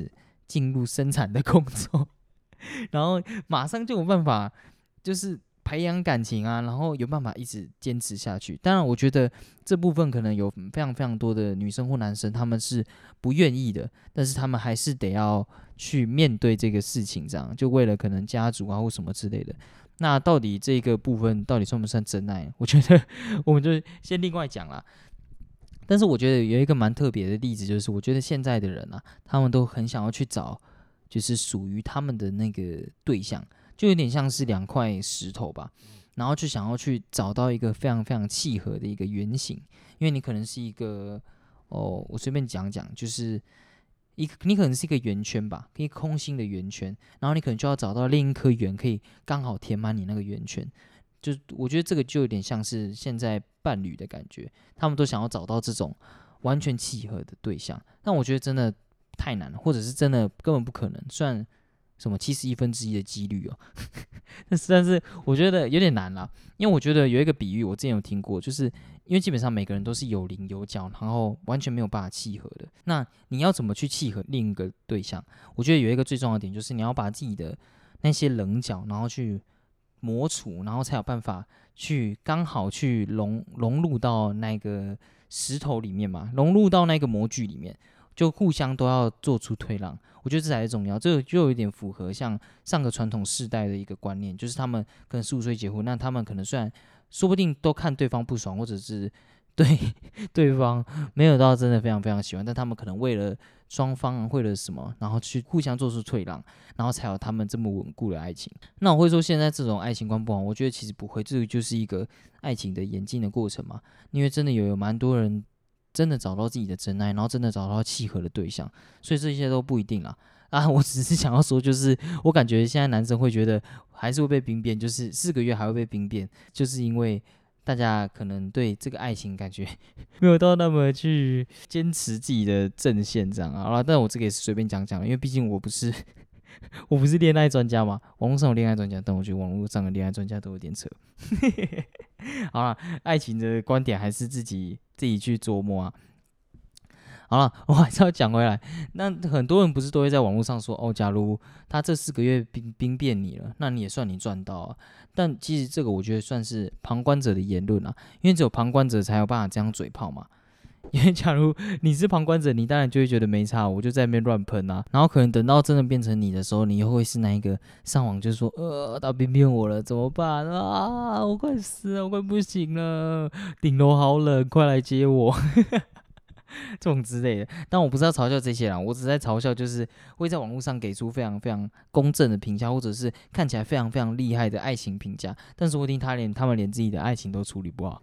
Speaker 1: 进入生产的工作，然后马上就有办法就是培养感情啊，然后有办法一直坚持下去。当然，我觉得这部分可能有非常非常多的女生或男生他们是不愿意的，但是他们还是得要去面对这个事情，这样就为了可能家族啊或什么之类的。那到底这个部分到底算不算真爱？我觉得我们就先另外讲啦。但是我觉得有一个蛮特别的例子，就是我觉得现在的人啊，他们都很想要去找，就是属于他们的那个对象，就有点像是两块石头吧，然后就想要去找到一个非常非常契合的一个圆形，因为你可能是一个我随便讲讲，就是你可能是一个圆圈吧，一个空心的圆圈，然后你可能就要找到另一颗圆，可以刚好填满你那个圆圈。就我觉得这个就有点像是现在伴侣的感觉，他们都想要找到这种完全契合的对象，但我觉得真的太难了，或者是真的根本不可能，算什么71%的几率哦，但是我觉得有点难啦，因为我觉得有一个比喻我之前有听过，就是因为基本上每个人都是有棱有角，然后完全没有办法契合的，那你要怎么去契合另一个对象？我觉得有一个最重要的点就是你要把自己的那些棱角，然后去磨除，然后才有办法去刚好去融入到那个石头里面嘛，融入到那个模具里面，就互相都要做出退让。我觉得这才是重要，这个就有点符合像上个传统世代的一个观念，就是他们可能15岁结婚，那他们可能虽然说不定都看对方不爽，或者是对对方没有到真的非常非常喜欢，但他们可能为了双方为了什么，然后去互相做出退让，然后才有他们这么稳固的爱情。那我会说现在这种爱情观不好，我觉得其实不会，这个就是一个爱情的演进的过程嘛。因为真的有蛮多人真的找到自己的真爱，然后真的找到契合的对象，所以这些都不一定啦。啊，我只是想要说，就是我感觉现在男生会觉得还是会被兵变，就是4个月还会被兵变，就是因为大家可能对这个爱情感觉没有到那么去坚持自己的阵线这样啊。好啦，但我这个也是随便讲讲，因为毕竟我不是我不是恋爱专家嘛，网络上有恋爱专家，但我觉得网络上的恋爱专家都有点扯。好啦，爱情的观点还是自己去琢磨啊。好了，我还是要讲回来。那很多人不是都会在网络上说，哦，假如他这4个月兵变你了，那你也算你赚到啊。但其实这个我觉得算是旁观者的言论啊，因为只有旁观者才有办法这样嘴炮嘛。因为假如你是旁观者，你当然就会觉得没差，我就在那边乱喷啊。然后可能等到真的变成你的时候，你又会是那一个上网就说，他兵变我了，怎么办啊？我快死了，我快不行了，顶楼好冷，快来接我。这种之类的，但我不是要嘲笑这些人，我只是在嘲笑，就是会在网络上给出非常非常公正的评价，或者是看起来非常非常厉害的爱情评价，但说不定他们连自己的爱情都处理不好，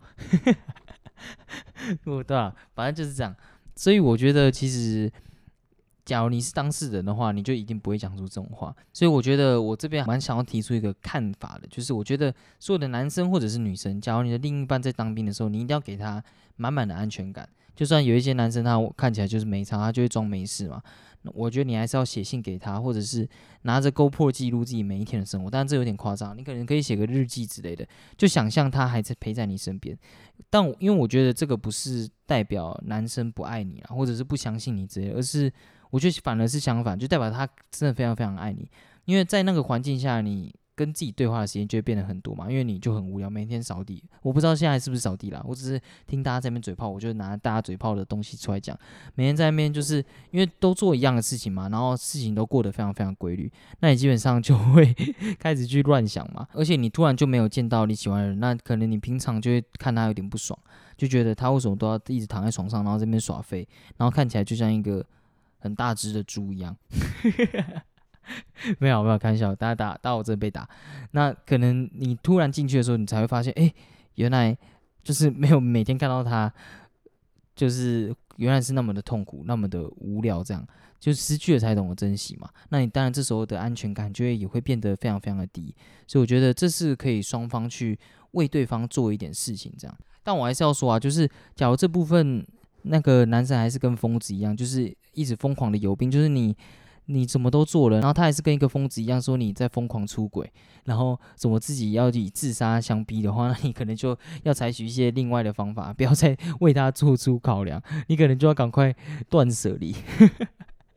Speaker 1: 对啊，反正就是这样。所以我觉得，其实假如你是当事人的话，你就一定不会讲出这种话。所以我觉得我这边蛮想要提出一个看法的，就是我觉得所有的男生或者是女生，假如你的另一半在当兵的时候，你一定要给他满满的安全感。就算有一些男生他看起来就是没差，他就会装没事嘛。我觉得你还是要写信给他，或者是拿着 GoPro 记录自己每一天的生活。当然这有点夸张，你可能可以写个日记之类的，就想象他还在陪在你身边。但因为我觉得这个不是代表男生不爱你啊，或者是不相信你之类的，而是我觉得反而是相反，就代表他真的非常非常爱你。因为在那个环境下，你跟自己对话的时间就会变得很多嘛，因为你就很无聊，每天扫地。我不知道现在是不是扫地啦，我只是听大家在那边嘴炮，我就拿大家嘴炮的东西出来讲。每天在那边就是因为都做一样的事情嘛，然后事情都过得非常非常规律，那你基本上就会开始去乱想嘛。而且你突然就没有见到你喜欢的人，那可能你平常就会看他有点不爽，就觉得他为什么都要一直躺在床上，然后在那边耍废，然后看起来就像一个很大只的猪一样。没有开玩笑，大家打我真的被打。那可能你突然进去的时候，你才会发现，原来就是没有每天看到他，就是原来是那么的痛苦，那么的无聊，这样就失去了才懂得珍惜嘛。那你当然这时候的安全感也会变得非常非常的低。所以我觉得这是可以双方去为对方做一点事情这样。但我还是要说啊，就是假如这部分那个男生还是跟疯子一样，就是一直疯狂的游兵，就是你怎么都做了，然后他还是跟一个疯子一样说你在疯狂出轨，然后怎么自己要以自杀相逼的话，那你可能就要采取一些另外的方法，不要再为他做出考量，你可能就要赶快断舍离。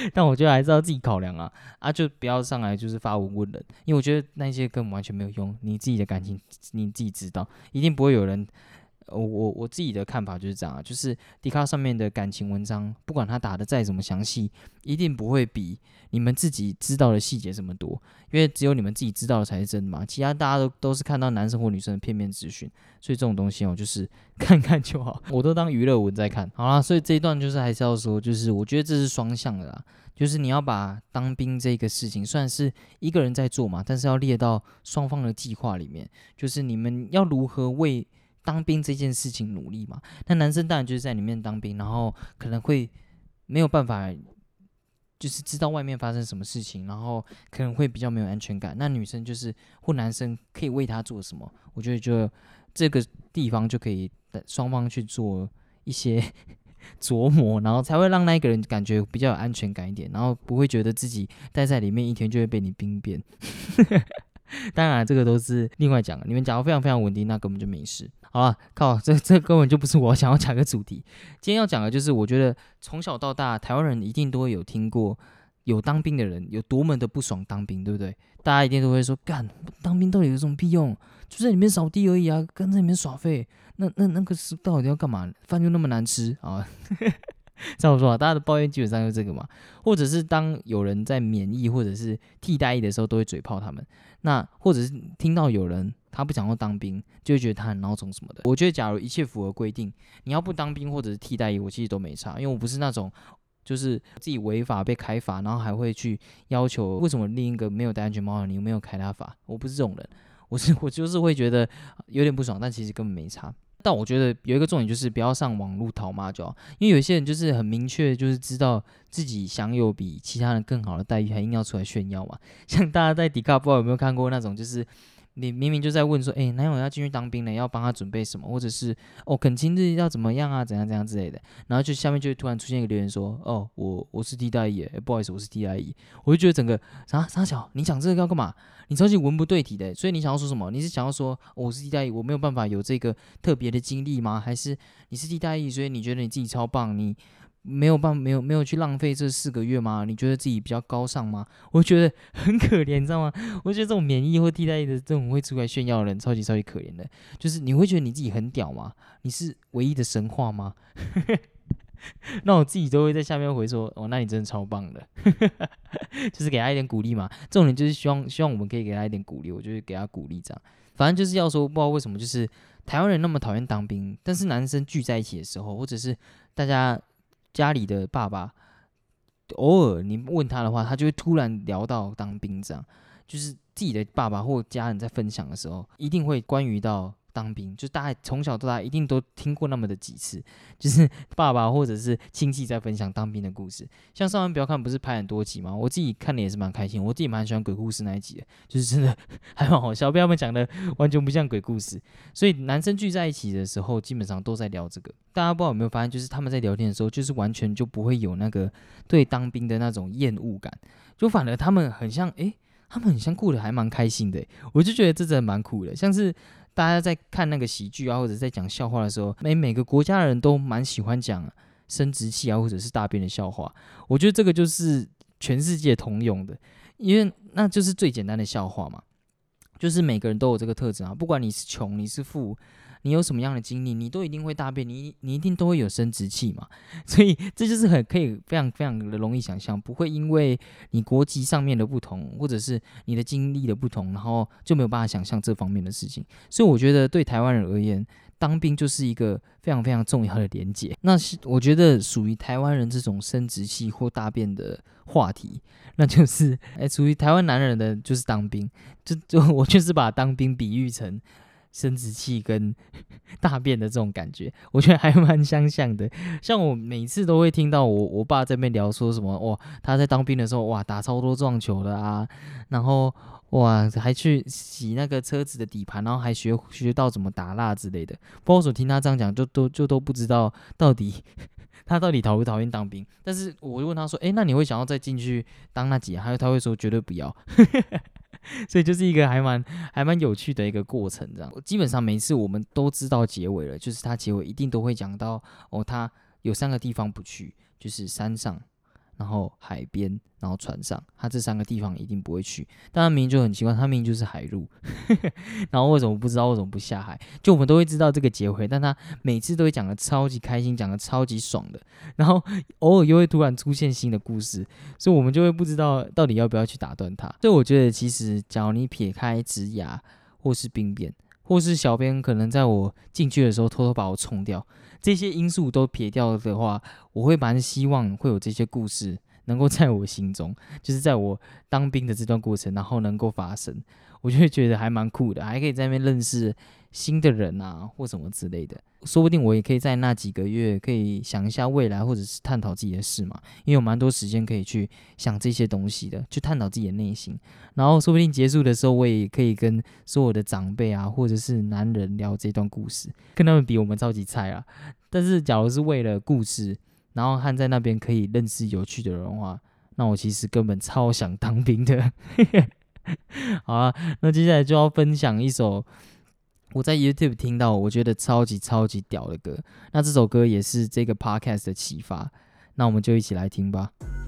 Speaker 1: 但我觉得还是要自己考量就不要上来就是发文问人，因为我觉得那些根本完全没有用，你自己的感情你自己知道，一定不会有人。我自己的看法就是这样就是迪卡上面的感情文章，不管他打的再怎么详细，一定不会比你们自己知道的细节这么多，因为只有你们自己知道的才是真的嘛，其他大家都是看到男生或女生的片面资讯，所以这种东西就是看看就好，我都当娱乐文在看。好啦，所以这一段就是还是要说，就是我觉得这是双向的啦，就是你要把当兵这个事情，虽然是一个人在做嘛，但是要列到双方的计划里面，就是你们要如何为当兵这件事情努力嘛。那男生当然就是在里面当兵，然后可能会没有办法，就是知道外面发生什么事情，然后可能会比较没有安全感。那女生就是或男生可以为他做什么？我觉得就这个地方就可以双方去做一些琢磨，然后才会让那一个人感觉比较有安全感一点，然后不会觉得自己待在里面一天就会被你兵变。当然，这个都是另外讲的。你们讲得非常非常稳定，那根本就没事。好了，靠，这根本就不是我想要讲的主题。今天要讲的就是，我觉得从小到大，台湾人一定都会有听过有当兵的人有多么的不爽当兵，对不对？大家一定都会说，干当兵到底有什么屁用？就在里面扫地而已啊，跟在里面耍废。那个是到底要干嘛？饭就那么难吃啊？这样说大家的抱怨基本上就是这个嘛，或者是当有人在免役或者是替代役的时候，都会嘴炮他们。那或者是听到有人他不想要当兵，就会觉得他很孬种什么的。我觉得假如一切符合规定，你要不当兵或者是替代役，我其实都没差，因为我不是那种就是自己违法被开罚，然后还会去要求为什么另一个没有戴安全帽的你没有开他罚，我不是这种人。我就是会觉得有点不爽，但其实根本没差。但我觉得有一个重点就是不要上网路讨骂就好，因为有些人就是很明确，就是知道自己享有比其他人更好的待遇，还硬要出来炫耀嘛。像大家在迪卡不知道有没有看过那种，就是你明明就在问说，男友要进去当兵了，要帮他准备什么，或者是恳亲日要怎么样啊，怎样怎样之类的，然后就下面就会突然出现一个留言说，我是替代役，不好意思，我是替代役，我就觉得整个傻小，你讲这个要干嘛？你超级文不对题的，所以你想要说什么？你是想要说，我是替代役，我没有办法有这个特别的经历吗？还是你是替代役，所以你觉得你自己超棒，你没有去浪费这4个月吗？你觉得自己比较高尚吗？我觉得很可怜，你知道吗？我觉得这种免疫或替代役的这种会出来炫耀的人，超级可怜的。就是你会觉得你自己很屌吗？你是唯一的神话吗？那我自己都会在下面回说，那你真的超棒的，就是给他一点鼓励嘛。重点就是希望我们可以给他一点鼓励，我就是给他鼓励这样。反正就是要说，不知道为什么，就是台湾人那么讨厌当兵，但是男生聚在一起的时候，或者是大家家里的爸爸，偶尔你问他的话，他就会突然聊到当兵这样，就是自己的爸爸或家人在分享的时候，一定会关于到当兵，就大家从小到大一定都听过那么的几次，就是爸爸或者是亲戚在分享当兵的故事。像上完不要看不是拍很多集吗？我自己看的也是蛮开心，我自己蛮喜欢鬼故事那一集的，就是真的还蛮好笑，被他们讲的完全不像鬼故事。所以男生聚在一起的时候，基本上都在聊这个。大家不知道有没有发现，就是他们在聊天的时候，就是完全就不会有那个对当兵的那种厌恶感，就反而他们很像，他们很像过得还蛮开心的，我就觉得这真的蛮酷的。像是大家在看那个喜剧啊，或者在讲笑话的时候，每个国家的人都蛮喜欢讲生殖器啊，或者是大便的笑话。我觉得这个就是全世界通用的，因为那就是最简单的笑话嘛，就是每个人都有这个特质啊，不管你是穷你是富，你有什么样的经历，你都一定会大便，你一定都会有生殖器嘛，所以这就是可以非常非常的容易想象，不会因为你国籍上面的不同，或者是你的经历的不同，然后就没有办法想象这方面的事情。所以我觉得对台湾人而言，当兵就是一个非常非常重要的连结。那是我觉得属于台湾人这种生殖器或大便的话题，那就是属于台湾男人的就是当兵，就我就是把当兵比喻成生殖器跟大便的这种感觉，我觉得还蛮相像的。像我每次都会听到我爸在那边聊说什么，他在当兵的时候，打超多撞球的啊，然后还去洗那个车子的底盘，然后还学到怎么打蜡之类的。不过我听他这样讲，就都不知道他到底讨不讨厌当兵。但是我就问他说，那你会想要再进去当那几他会说绝对不要。所以就是一个还蛮有趣的一个过程，这样。基本上每次我们都知道结尾了，就是他结尾一定都会讲到他有3个地方不去，就是山上、 然后海边，然后船上，他这3个地方一定不会去。但他明明就很奇怪，他明明就是海陆，然后为什么不知道为什么不下海？就我们都会知道这个结尾，但他每次都会讲的超级开心，讲的超级爽的，然后偶尔又会突然出现新的故事，所以我们就会不知道到底要不要去打断他。所以我觉得其实，假如你撇开职涯或是兵变，或是小编可能在我进去的时候偷偷把我冲掉，这些因素都撇掉的话，我会蛮希望会有这些故事能够在我心中，就是在我当兵的这段过程，然后能够发生，我就会觉得还蛮酷的，还可以在那边认识新的人啊，或什么之类的。说不定我也可以在那几个月可以想一下未来，或者是探讨自己的事嘛，因为有蛮多时间可以去想这些东西的，去探讨自己的内心。然后说不定结束的时候，我也可以跟所有的长辈啊，或者是男人聊这段故事，跟他们比我们超级菜啊。但是假如是为了故事，然后和在那边可以认识有趣的人的话，那我其实根本超想当兵的。好啊，那接下来就要分享一首我在 YouTube 听到我觉得超级超级屌的歌，那这首歌也是这个 Podcast 的启发，那我们就一起来听吧。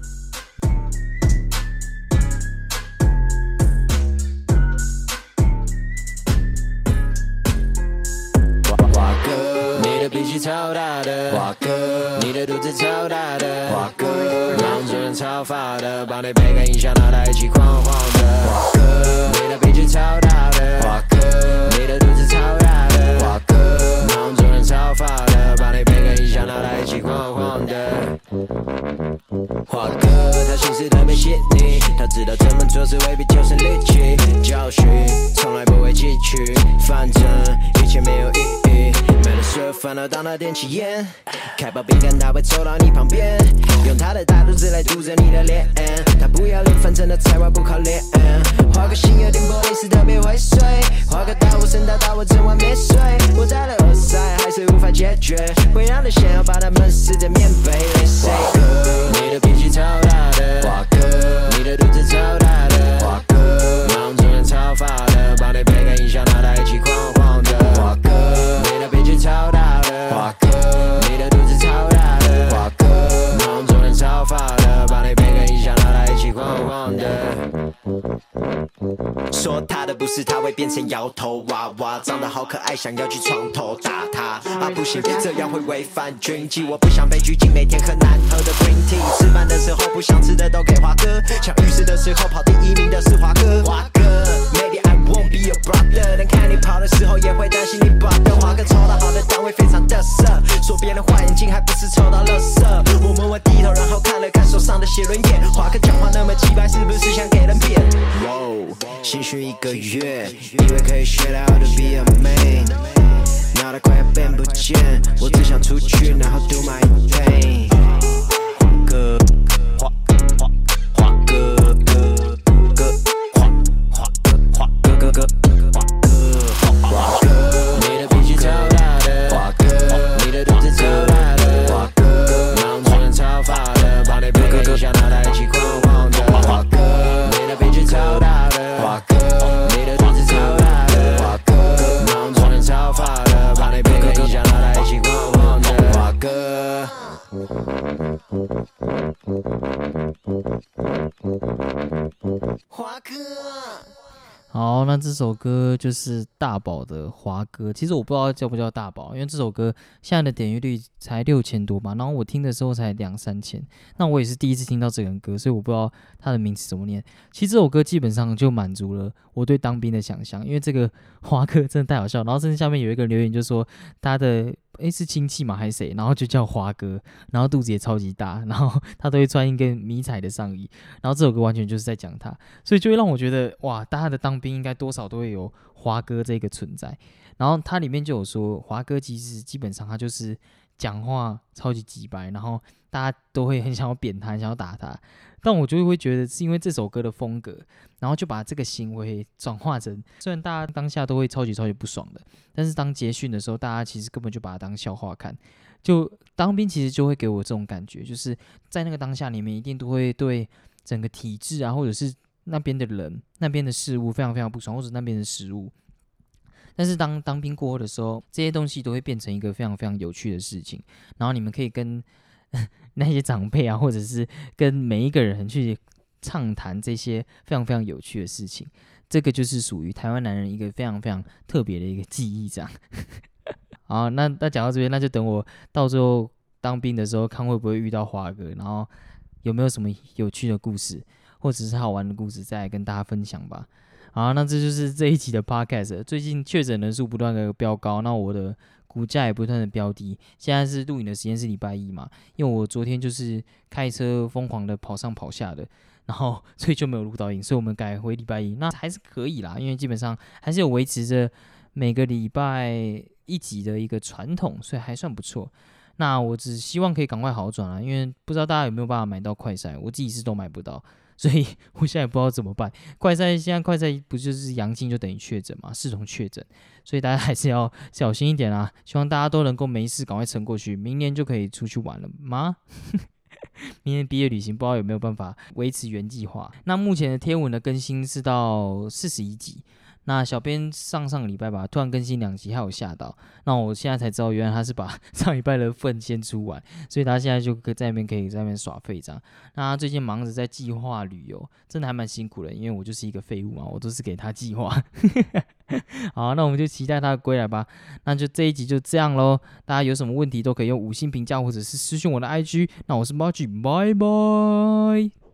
Speaker 2: 华哥，你的脾气超大的，华哥，你的肚子超大的，华哥，让主人超发的，把你背跟音响脑袋一起晃晃的，华哥，你的脾气超大的，华哥，你的肚子超大的，华哥，让主人超发的，把你背跟音响脑袋一起晃晃的。华哥，他心思特别细腻，他知道怎么做事未必就是力气，教训从来不会汲取，反正一切没有意义，没了所有烦恼当他点起烟，开包饼干他会凑到你旁边，用他的大肚子来堵着你的脸，他不要脸，反正他菜瓜不靠脸，华哥心有点玻璃是特别会碎，华哥大我神大到我整晚没睡，我戴了耳塞还是无法解决，会让他想要把他们撕在棉被里。华哥，你的脾气超大的，华哥，你的肚子超大的，华哥，让主人超发的，把你背跟音响脑袋一起晃晃的，华哥，你的脾气超大的，华哥，你的肚子超大的，华哥，让主人超发的，把你背跟音响脑袋一起晃晃的。说他的不是他会变成摇头娃娃，长得好可爱，想要去床头打他啊！不行，这样会违反军纪。我不想被拘禁，每天喝难喝的 green tea。吃饭的时候不想吃的都给华哥，抢浴室的时候跑第一名的是华哥。华哥 ，Maybe I won't be your brother， 但看你跑的时候也会担心你 brother。华哥抽到好的单位非常的色，说别人坏眼睛还不是抽到垃圾。我默默低头，然后看了看手上的写轮眼。华哥讲话那么鸡掰，是不是想给人扁？新训1个月，以为可以学到的 be a man， 脑袋快要变不见，我只想出去，然后 do my thing。华哥，华哥，华哥，华哥，你的脾气超大的，华哥，你的肚子超大的，华哥，让主人超发的，把你背跟音响脑袋一起晃晃的，华哥，你的脾气超大的，华哥，你的肚子超大的，华哥，让主人超发的，把你背跟音响脑袋一起晃晃的，华哥。华哥。
Speaker 1: 好，那这首歌就是大宝的华歌。其实我不知道叫不叫大宝，因为这首歌现在的点阅率才6000多吧，然后我听的时候才2-3千。那我也是第一次听到这个歌，所以我不知道它的名字怎么念。其实这首歌基本上就满足了我对当兵的想象，因为这个华歌真的太好笑。然后甚至下面有一个留言就说他的是亲戚嘛还是谁，然后就叫华哥，然后肚子也超级大，然后他都会穿一个迷彩的上衣，然后这首歌完全就是在讲他，所以就会让我觉得哇，大家的当兵应该多少都会有华哥这个存在。然后它里面就有说，华哥其实基本上他就是讲话超级直白，然后大家都会很想要扁他，很想要打他。但我就会觉得是因为这首歌的风格，然后就把这个行为转化成，虽然大家当下都会超级不爽的，但是当结训的时候，大家其实根本就把它当笑话看。就当兵其实就会给我这种感觉，就是在那个当下，你们一定都会对整个体制啊，或者是那边的人、那边的事物非常不爽，或者那边的食物。但是当兵过后的时候，这些东西都会变成一个非常有趣的事情，然后你们可以跟那些长辈啊，或者是跟每一个人去畅谈这些非常非常有趣的事情。这个就是属于台湾男人一个非常非常特别的一个记忆，这样。好，那讲到这边，那就等我到最后当兵的时候，看会不会遇到华哥，然后有没有什么有趣的故事，或者是好玩的故事，再来跟大家分享吧。好，那这就是这一集的 podcast。最近确诊人数不断的飙高，那我的股价也不断的飙低。现在是录影的时间是礼拜一嘛，因为我昨天就是开车疯狂的跑上跑下的，然后所以就没有录到影，所以我们改回礼拜一，那还是可以啦，因为基本上还是有维持着每个礼拜一集的一个传统，所以还算不错。那我只希望可以赶快好转啦，因为不知道大家有没有办法买到快筛，我自己是都买不到。所以我现在也不知道怎么办。现在快筛不就是阳性就等于确诊嘛，视同确诊，所以大家还是要小心一点啦。希望大家都能够没事赶快撑过去，明年就可以出去玩了吗？明年毕业旅行不知道有没有办法维持原计划。那目前的贴文的更新是到41集。那小编上个礼拜吧，突然更新2集，还有吓到。那我现在才知道，原来他是把上礼拜的份先出完，所以他现在就在那边可以在那边耍废这样。那他最近忙着在计划旅游，真的还蛮辛苦的，因为我就是一个废物嘛，我都是给他计划。好，那我们就期待他的归来吧。那就这一集就这样咯，大家有什么问题都可以用5星评价或者是私讯我的 IG。那我是 Margie， 拜拜。